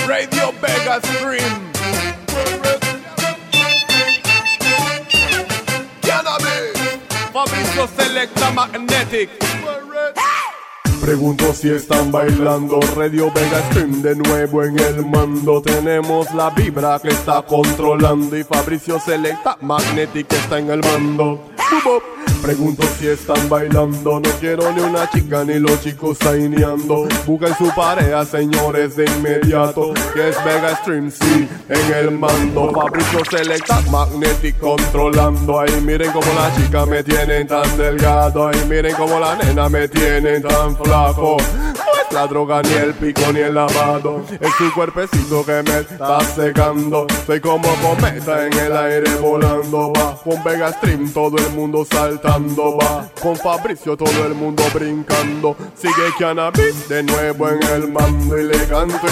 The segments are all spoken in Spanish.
Radio Vega Stream. Cannabis. Fabrizio Selecta Magnetic. Pregunto si están bailando. Radio Vega Stream de nuevo en el mando. Tenemos la vibra que está controlando y Fabricio Selecta Magnetic está en el mando. Pregunto si están bailando. No quiero ni una chica ni los chicos zaineando. Busquen su pareja, señores, de inmediato, que es Vega Stream, sí, en el mando. Fabricio Selecta Magnetic controlando. Ahí miren como la chica me tienen tan delgado. Ahí miren como la nena me tienen tan flaco. No es la droga, ni el pico, ni el lavado. Es su cuerpecito que me está secando. Soy como cometa en el aire volando. Va con Vega Stream todo el mundo saltando. Va con Fabricio todo el mundo brincando. Sigue Cannabis de nuevo en el mando. Y le canto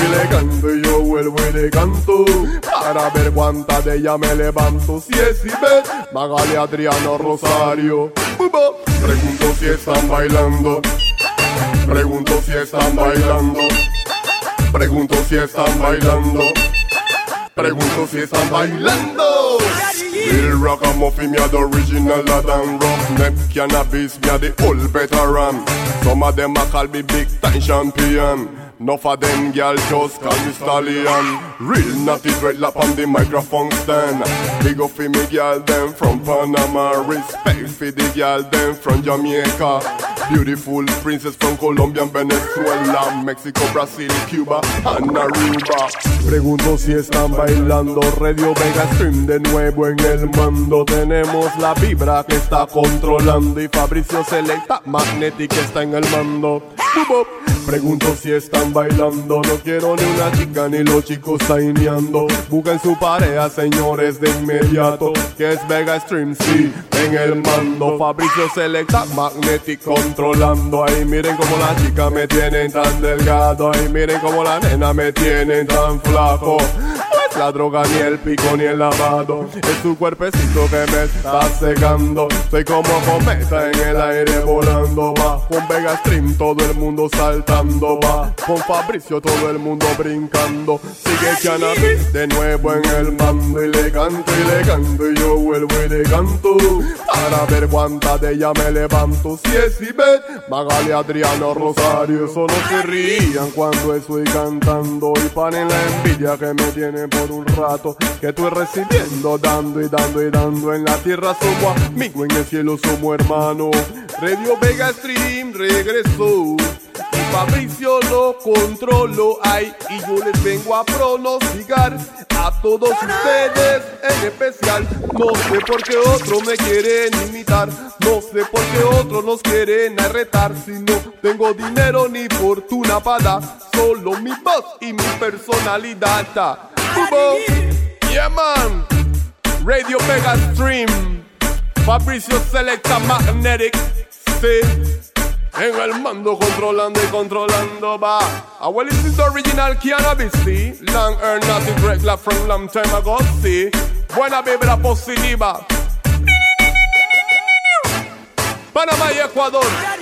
y yo vuelvo y le canto. Para ver cuántas de ella me levanto. Si es Ibet, Magali, Adriano, Rosario. Pregunto si están bailando. Pregunto si están bailando. Pregunto si están bailando. Pregunto si están bailando. Real ragamuffin, me a the original than roughneck. Cannabis, me a the old veteran. Some of them a call me big time champion. Enough of them girl just call me stallion. Real naughty dreadlock on the microphone stand. Big up for me girl them from Panama. Respect for the girl them from Jamaica. Beautiful princess from Colombia, Venezuela, Mexico, Brasil, Cuba and Aruba. Pregunto si están bailando. Radio Vega Stream de nuevo en el mando. Tenemos la vibra que está controlando y Fabricio Selecta Magnetic está en el mando. Pregunto si están bailando. No quiero ni una chica ni los chicos zaineando. Busquen su pareja, señores, de inmediato, que es Vega Stream, sí, en el mando. Fabricio Selecta Magnetic controlando. Ahí miren como la chica me tienen tan delgado. Ahí miren como la nena me tienen tan flaco. No es la droga, ni el pico, ni el lavado. Es su cuerpecito que me está secando. Soy como cometa en el aire volando. Va con Vega Stream todo el mundo saltando. Va con Fabricio todo el mundo brincando. Sigue Cannabis de nuevo en el mando. Y le canto y yo vuelvo y le canto. Para ver cuántas de ella me levanto. Si es Ibet, Magali, Adriano, Rosario. Solo se rían cuando estoy cantando. Y paren la envidia que me tienen por un rato. Que estoy recibiendo, dando y dando y dando. En la tierra somos amigos, en el cielo somos hermanos. Radio Vega Stream regresó. Y Fabricio lo controlo, ay, y yo les vengo a pronosticar a todos ustedes en especial. No sé por qué otros me quieren imitar, no sé por qué otros nos quieren retar. Si no tengo dinero ni fortuna para dar, solo mi voz y mi personalidad. Yeah man, Radio Vega Stream, Fabricio Selecta Magnetic, sí, en el mando controlando y controlando, va. Well, this is the original Cannabis, see. Long earned naughty dreadlock from long time ago, see. Buena vibra positiva. Panamá y Ecuador.